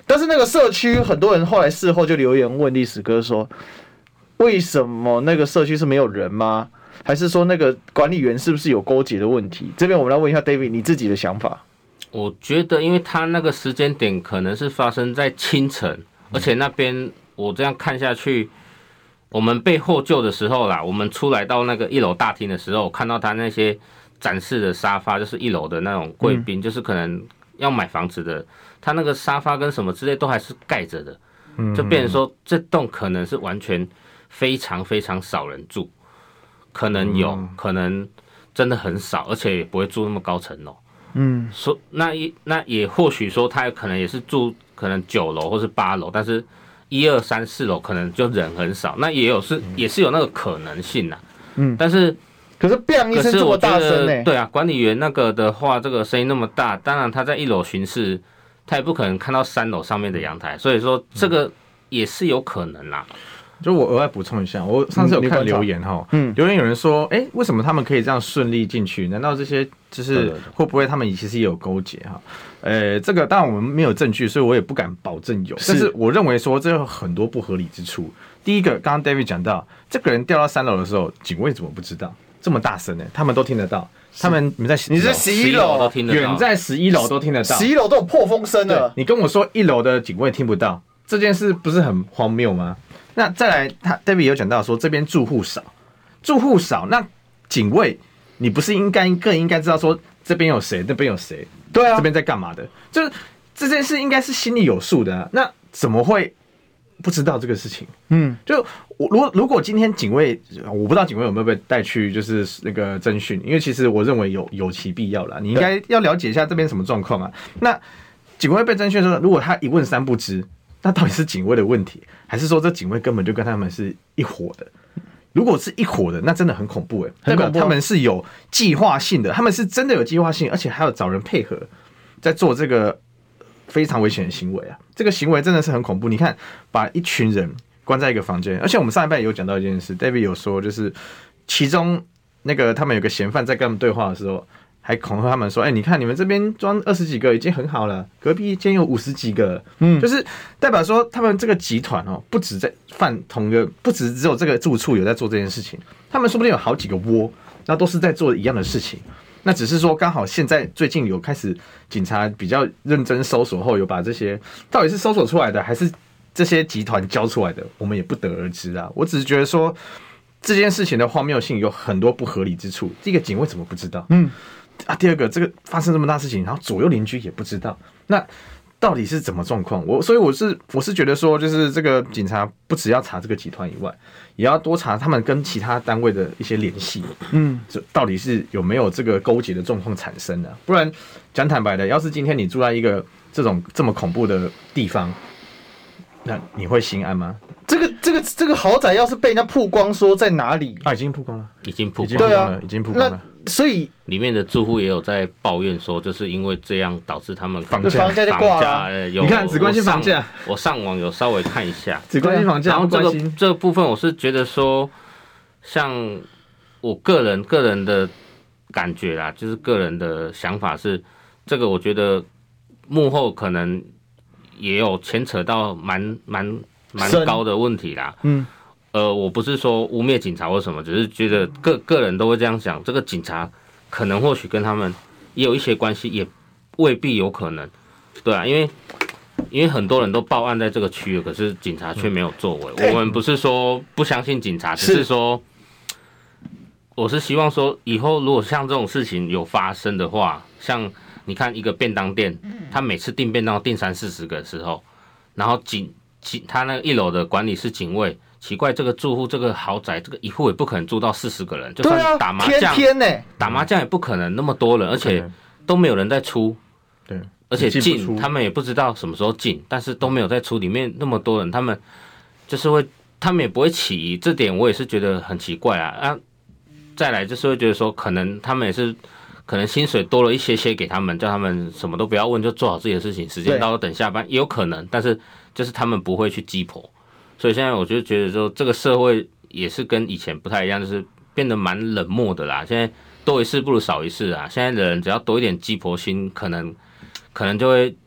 但是那个社区很多人后来事后就留言问历史哥说，为什么那个社区是没有人吗？还是说那个管理员是不是有勾结的问题？这边我们来问一下 David 你自己的想法。 我觉得，因为他那个时间点可能是发生在清晨，而且那边我这样看下去，我们被获救的时候啦，我们出来到那个一楼大厅的时候，看到他那些展示的沙发，就是一楼的那种贵宾，嗯、就是可能要买房子的，他那个沙发跟什么之类都还是盖着的，就变成说这栋可能是完全非常非常少人住，可能有，嗯、可能真的很少，而且也不会住那么高层楼。嗯，说那一那也或许说他可能也是住可能九楼或是八楼，但是一二三四楼可能就人很少，那也有是也是有那个可能性啦。嗯，但是可是 biang 一声这么大声呢？ 对啊，管理员那个的话，这个声音那么大，当然他在一楼巡视，他也不可能看到三楼上面的阳台，所以说这个也是有可能啦。 就我额外补充一下，我上次有看留言哈，嗯，留言有人说，哎、欸，为什么他们可以这样顺利进去？难道这些就是会不会他们其实也有勾结哈？呃，这个当然我们没有证据，所以我也不敢保证有，但是我认为说这有很多不合理之处。第一个，刚刚 David 讲到，这个人掉到三楼的时候，警卫怎么不知道？这么大声呢、欸，他们都听得到。他们你在你是十一楼都听得到， 远在十一楼都听得到， 十一楼都有破风声了。 你跟我说一楼的警卫听不到，这件事不是很荒谬吗？那再来，他 David 有讲到说这边住户少，住户少，那警卫你不是应该更应该知道说这边有谁，那边有谁？ 对啊， 这边在干嘛的？就是这件事应该是心里有数的、啊，那怎么会不知道这个事情？嗯，就我如果如果今天警卫，我不知道警卫有没有被带去就是那个侦讯，因为其实我认为有有其必要啦，你应该要了解一下这边什么状况啊。那警卫被侦讯的时候，如果他一问三不知。那到底是警卫的问题，还是说这警卫根本就跟他们是一伙的？如果是一伙的，那真的很恐怖哎、欸，代表他们是有计划性的，他们是真的有计划性，而且还有找人配合，在做这个非常危险的行为啊！这个行为真的是很恐怖。你看，把一群人关在一个房间，而且我们上一拜也有讲到一件事 ，David 有说，就是其中那个他们有个嫌犯在跟他们对话的时候。还恐吓他们说：“哎、欸，你看你们这边装二十几个已经很好了，隔壁间有五十几个，嗯，就是代表说他们这个集团哦，不止在犯同一个，不止只有这个住处有在做这件事情，他们说不定有好几个窝，那都是在做一样的事情。那只是说刚好现在最近有开始警察比较认真搜索后，有把这些到底是搜索出来的，还是这些集团交出来的，我们也不得而知啊。我只是觉得说这件事情的荒谬性有很多不合理之处。第一个，警卫怎么不知道？嗯。”啊，第二个，这个发生这么大事情，然后左右邻居也不知道，那到底是怎么状况？我所以我是我是觉得说，就是这个警察不只要查这个集团以外，也要多查他们跟其他单位的一些联系，嗯，这到底是有没有这个勾结的状况产生的、啊？不然讲坦白的，要是今天你住在一个这种这么恐怖的地方，那你会心安吗？ 这个这个这个豪宅要是被人家曝光说在哪里啊，已经曝光了， 已经曝光了，对啊，已经曝光了。 所以里面的住户也有在抱怨说，就是因为这样导致他们房价房价就挂了。 呃、 你看只关心房价， 我上网有稍微看一下， 只关心房价。 然后这个这个部分，我是觉得说，像我个人个人的感觉啦，就是个人的想法是，这个我觉得幕后可能也有牵扯到蛮蛮蛮高的问题啦。嗯。呃，我不是说污蔑警察或什么，只是觉得个个人都会这样想。这个警察可能或许跟他们也有一些关系，也未必有可能，对啊，因为因为很多人都报案在这个区域，可是警察却没有作为。我们不是说不相信警察，只是说，我是希望说，以后如果像这种事情有发生的话，像你看一个便当店，他每次订便当订三四十个的时候，然后警警他那个一楼的管理室警卫。奇怪，这个住户这个豪宅，这个一户也不可能住到四十个人，就算打麻将， 天天欸、 打麻将也不可能那么多人，而且都没有人在出， 对， 而且进他们也不知道什么时候进，但是都没有在出，里面那么多人，他们就是会，他们也不会起疑，这点我也是觉得很奇怪啊啊！再来就是会觉得说，可能他们也是，可能薪水多了一些些给他们，叫他们什么都不要问，就做好自己的事情，时间到了等下班也有可能，但是就是他们不会去鸡婆。所以现在我就觉得说，这个社会也是跟以前不太一样，就是变得蛮冷漠的啦。现在多一事不如少一事啊。现在的人只要多一点鸡婆心，可能可能就会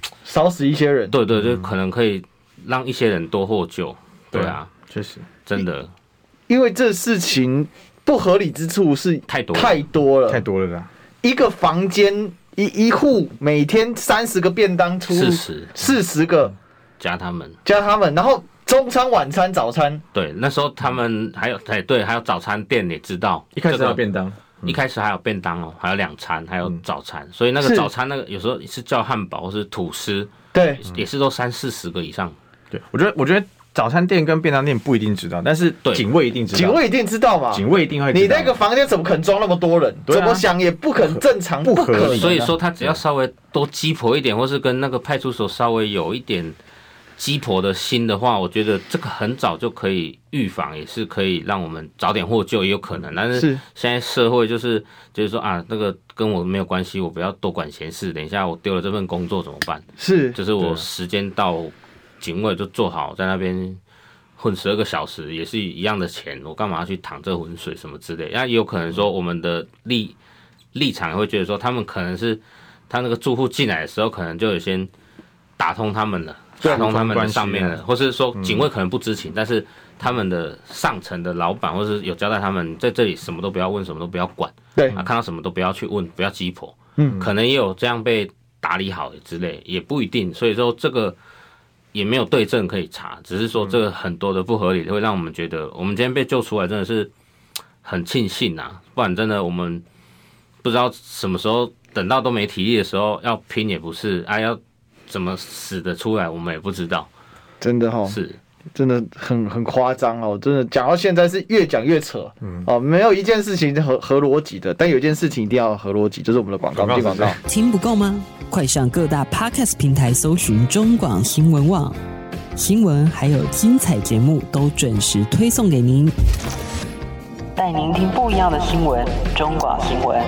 少死一些人。 对对，就可能可以让一些人多获救。对啊， 确实真的， 因为这事情不合理之处是太多太多了， 太多了啦。 一个房间一一户每天三十个便当出四十四十个加他们加他们，然后中餐、晚餐、早餐。 对，那时候他们还有哎对，还有早餐店也知道， 一开始还有便当。 嗯、一开始还有便当哦，还有两餐，还有早餐，嗯、所以那个早餐那个有时候是叫汉堡或是吐司， 对， 也是都三四十个以上。 对，我觉得我觉得早餐店跟便当店不一定知道，但是警卫一定知道， 警卫一定知道嘛， 警卫一定会知道。 你那个房间怎么可能装那么多人？啊、怎么想也不可能正常，不可能。 所以说他只要稍微多鸡婆一点，或是跟那个派出所稍微有一点鸡婆的心的话，我觉得这个很早就可以预防，也是可以让我们早点获救，也有可能。但是现在社会就是就是说啊，那个跟我没有关系，我不要多管闲事。等一下我丢了这份工作怎么办？ 是， 就是我时间到，警卫就做好在那边混十二个小时，也是一样的钱，我干嘛要去淌这浑水什么之类？那也有可能说我们的立立场会觉得说，他们可能是他那个住户进来的时候，可能就有先打通他们了。打通他们的上面了，或是说警卫可能不知情，嗯、但是他们的上层的老板或是有交代他们在这里什么都不要问，什么都不要管， 对啊，看到什么都不要去问，不要鸡婆， 嗯， 可能也有这样被打理好之类，也不一定，所以说这个也没有对证可以查，只是说这个很多的不合理会让我们觉得，我们今天被救出来真的是很庆幸啊，不然真的我们不知道什么时候等到都没体力的时候要拼也不是啊要。怎么死的出来，我们也不知道， 真的哈、哦， 是， 真的很很夸张哦，真的讲到现在是越讲越扯，嗯，哦，没有一件事情合合逻辑的，但有一件事情一定要合逻辑，就是我们的广告，进广告， 听不够吗？快上各大 Podcast 平台搜寻中广新闻网，新闻还有精彩节目都准时推送给您， 带您听不一样的新闻，中广新闻。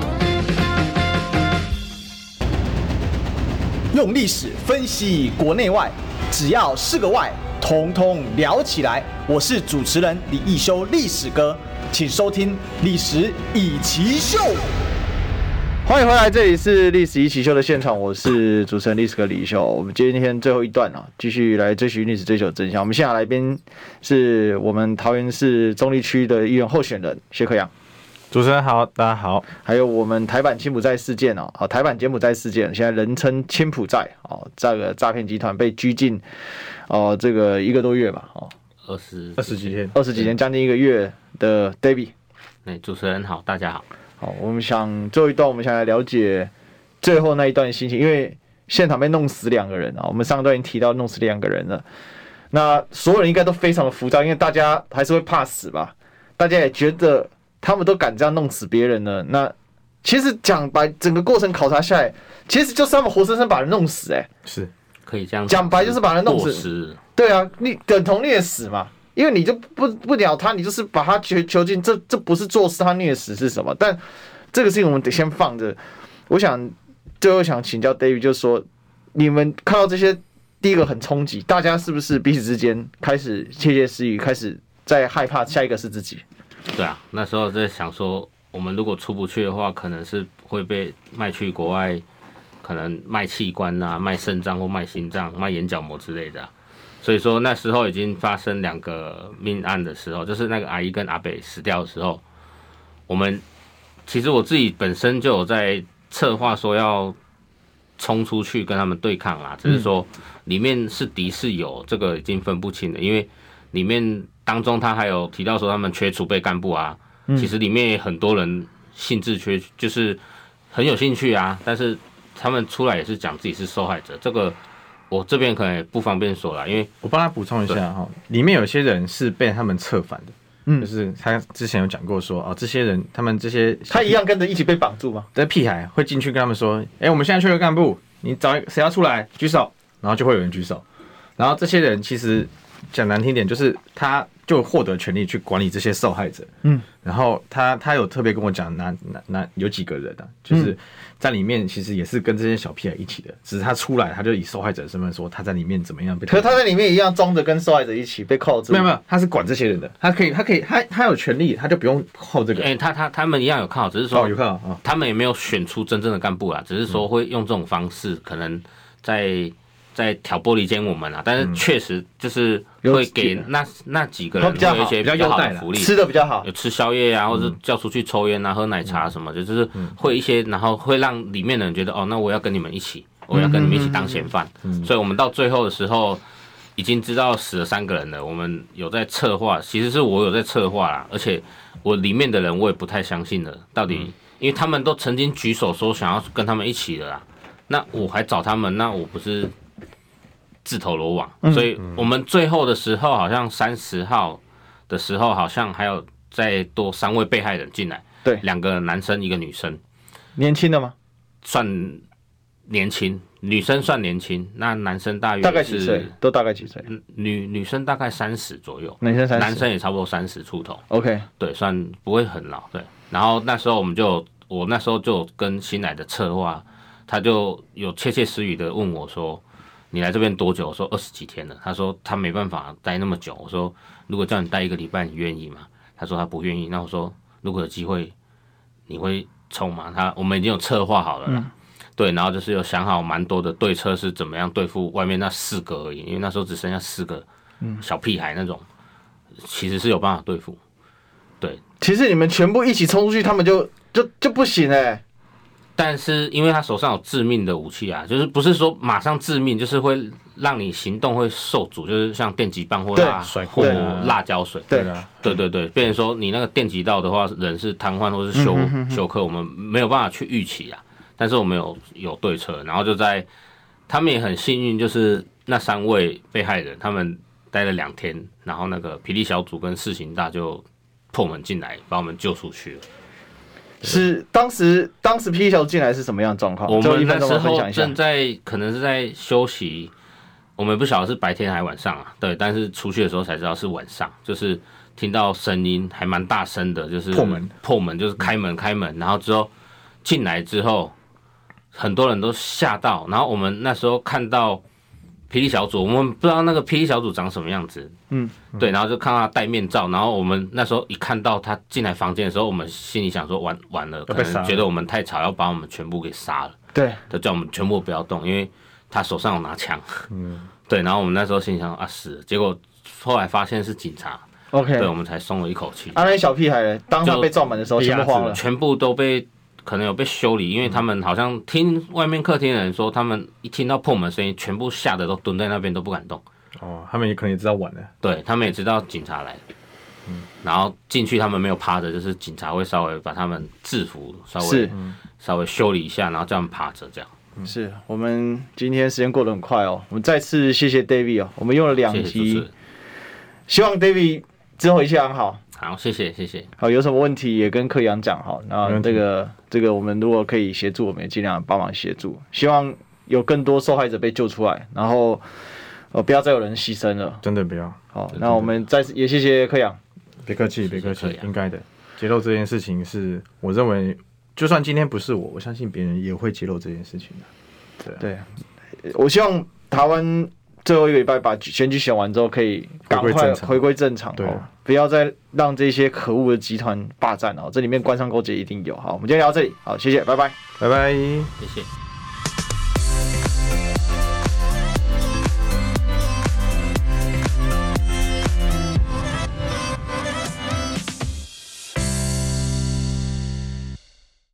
用历史分析国内外，只要是个“外”，统统聊起来。我是主持人李义修，历史哥，请收听《历史一起秀》。 欢迎回来，这里是《历史一起秀》的现场，我是主持人历史哥李义修。我们今天最后一段啊，继续来追寻历史，追求真相。我们现在来宾是我们桃园市中坜区的议员候选人谢克阳。 主持人好，大家好。 还有我们台版柬埔寨事件哦，啊，台版柬埔寨事件，现在人称柬埔寨哦，这个诈骗集团被拘禁哦，这个一个多月吧，哦， 二十二十几天， 二十几天，将近一个月的 David。 哎，主持人好，大家好。 好，我们想最后一段，我们想来了解最后那一段心情，因为现场被弄死两个人啊，我们上段已经提到弄死两个人了，那所有人应该都非常的浮躁，因为大家还是会怕死吧，大家也觉得。他们都敢这样弄死别人了，那其实讲白，整个过程考察下来，其实就是他们活生生把人弄死、欸，哎， 是可以这样讲白，就是把人弄死。对啊，你等同虐死嘛，因为你就不不鸟他，你就是把他囚囚禁，这这不是做事，他虐死是什么？但这个事情我们得先放着。我想最后想请教 David， 就是说，你们看到这些，第一个很冲击，大家是不是彼此之间开始窃窃私语，开始在害怕下一个是自己？ 对啊，那时候在想说，我们如果出不去的话，可能是会被卖去国外，可能卖器官啊、卖肾脏或卖心脏、卖眼角膜之类的、啊。所以说那时候已经发生两个命案的时候，就是那个阿姨跟阿北死掉的时候，我们其实我自己本身就有在策划说要冲出去跟他们对抗啦，只是说里面是敌是友，这个已经分不清了，因为里面。当中他还有提到说他们缺储备干部啊，其实里面很多人兴致缺，就是很有兴趣啊，但是他们出来也是讲自己是受害者，这个我这边可能也不方便说啦，因为我帮他补充一下哈，里面有些人是被他们策反的，嗯，就是他之前有讲过说哦，这些人他们这些他一样跟着一起被绑住吗？ 这屁孩会进去跟他们说，哎、欸，我们现在缺个干部，你找谁要出来举手，然后就会有人举手，然后这些人其实讲难听点就是他。就获得权利去管理这些受害者，嗯，然后他他有特别跟我讲，哪哪哪有几个人啊，就是在里面其实也是跟这些小屁孩一起的，只是他出来他就以受害者的身份说他在里面怎么样被， 可是他在里面一样装着跟受害者一起被扣住， 没有没有，他是管这些人的，他可以他可以他他有权利，他就不用扣这个， 哎、欸，他他他们一样有靠，只是说哦有靠啊， 他们也没有选出真正的干部啦，只是说会用这种方式可能。 在在挑拨离间我们啊，但是确实就是会给那那几个人会有一些比较好的福利， 吃的比较好， 有吃宵夜啊，或者叫出去抽烟啊、喝奶茶什么的，就是会一些，然后会让里面的人觉得哦，那我要跟你们一起，我要跟你们一起当嫌犯，所以我们到最后的时候。已经知道死了三个人了，我们有在策划，其实是我有在策划啦，而且我里面的人我也不太相信了，到底，因为他们都曾经举手说想要跟他们一起的啦，那我还找他们，那我不是自投罗网，所以我们最后的时候好像三十号的时候，好像还有再多三位被害人进来， 对， 两个男生一个女生， 年轻的吗？ 算年轻。女生算年轻，那男生大约是大概几岁？都大概几岁？ 女女生大概三十左右， 男生三十， 男生也差不多三十出头。 OK， 对，算不会很老。对，然后那时候我们就，我那时候就跟新来的策划，他就有窃窃私语的问我说：“你来这边多久？”我说：“二十几天了。”他说他没办法待那么久。我说：“如果叫你待一个礼拜，你愿意吗？”他说他不愿意。那我说：“如果有机会，你会冲吗？”他我们已经有策划好了啦。嗯对，然后就是有想好蛮多的对策是怎么样对付外面那四个而已，因为那时候只剩下四个小屁孩那种，其实是有办法对付。对， 其实你们全部一起冲出去，他们就就就不行哎、欸。 但是因为他手上有致命的武器啊，就是不是说马上致命，就是会让你行动会受阻，就是像电击棒或辣或辣椒水。 对对对对，变成说你那个电击到的话，人是瘫痪或是休、嗯、休克，我们没有办法去预期啊。但是我们有有对策，然后就在他们也很幸运，就是那三位被害人，他们待了两天，然后那个霹雳小组跟市刑大就破门进来，把我们救出去了。 是当时当时霹雳小组进来是什么样的状况？ 我们那时候正在可能是在休息，我们不晓得是白天还是晚上啊。对，但是出去的时候才知道是晚上，就是听到声音还蛮大声的，就是破门破门就是开门开门，然后之后进来之后。很多人都吓到，然后我们那时候看到霹雳小组，我们不知道那个霹雳小组长什么样子，嗯，对，然后就看到他戴面罩，然后我们那时候一看到他进来房间的时候，我们心里想说完完了，可能觉得我们太吵，要把我们全部给杀了， 对， 就叫我们全部不要动，因为他手上有拿枪，嗯，对，然后我们那时候心里想啊死了，结果后来发现是警察 ，OK， 对，我们才松了一口气。 啊，那些小屁孩当他被撞门的时候，全部慌了， 全部都被。可能有被修理，因为他们好像听外面客厅的人说，他们一听到破门声音，全部吓得都蹲在那边都不敢动。 哦，他们也可能也知道晚了。 对，他们也知道警察来了。嗯，然后进去他们没有趴着，就是警察会稍微把他们制服，稍微稍微修理一下，然后叫他们趴着这样。 是我们今天时间过得很快哦，我们再次谢谢 David 哦，我们用了两集，希望 David 之后一切安好。 好，谢谢谢谢。 好，有什么问题也跟柯阳讲哈。然后这个这个我们如果可以协助，我们也尽量帮忙协助。希望有更多受害者被救出来，然后呃不要再有人牺牲了。 真的不要。 好，那我们再次也谢谢柯阳。 别客气，别客气，应该的。揭露这件事情是我认为，就算今天不是我，我相信别人也会揭露这件事情的。对、啊、 对，我希望台湾最后一个礼拜把选举选完之后，可以赶快回归正常，对，不要再让这些可恶的集团霸占哦。这里面官商勾结一定有。好，我们今天聊到这里，好，谢谢，拜拜， 拜拜， 谢谢。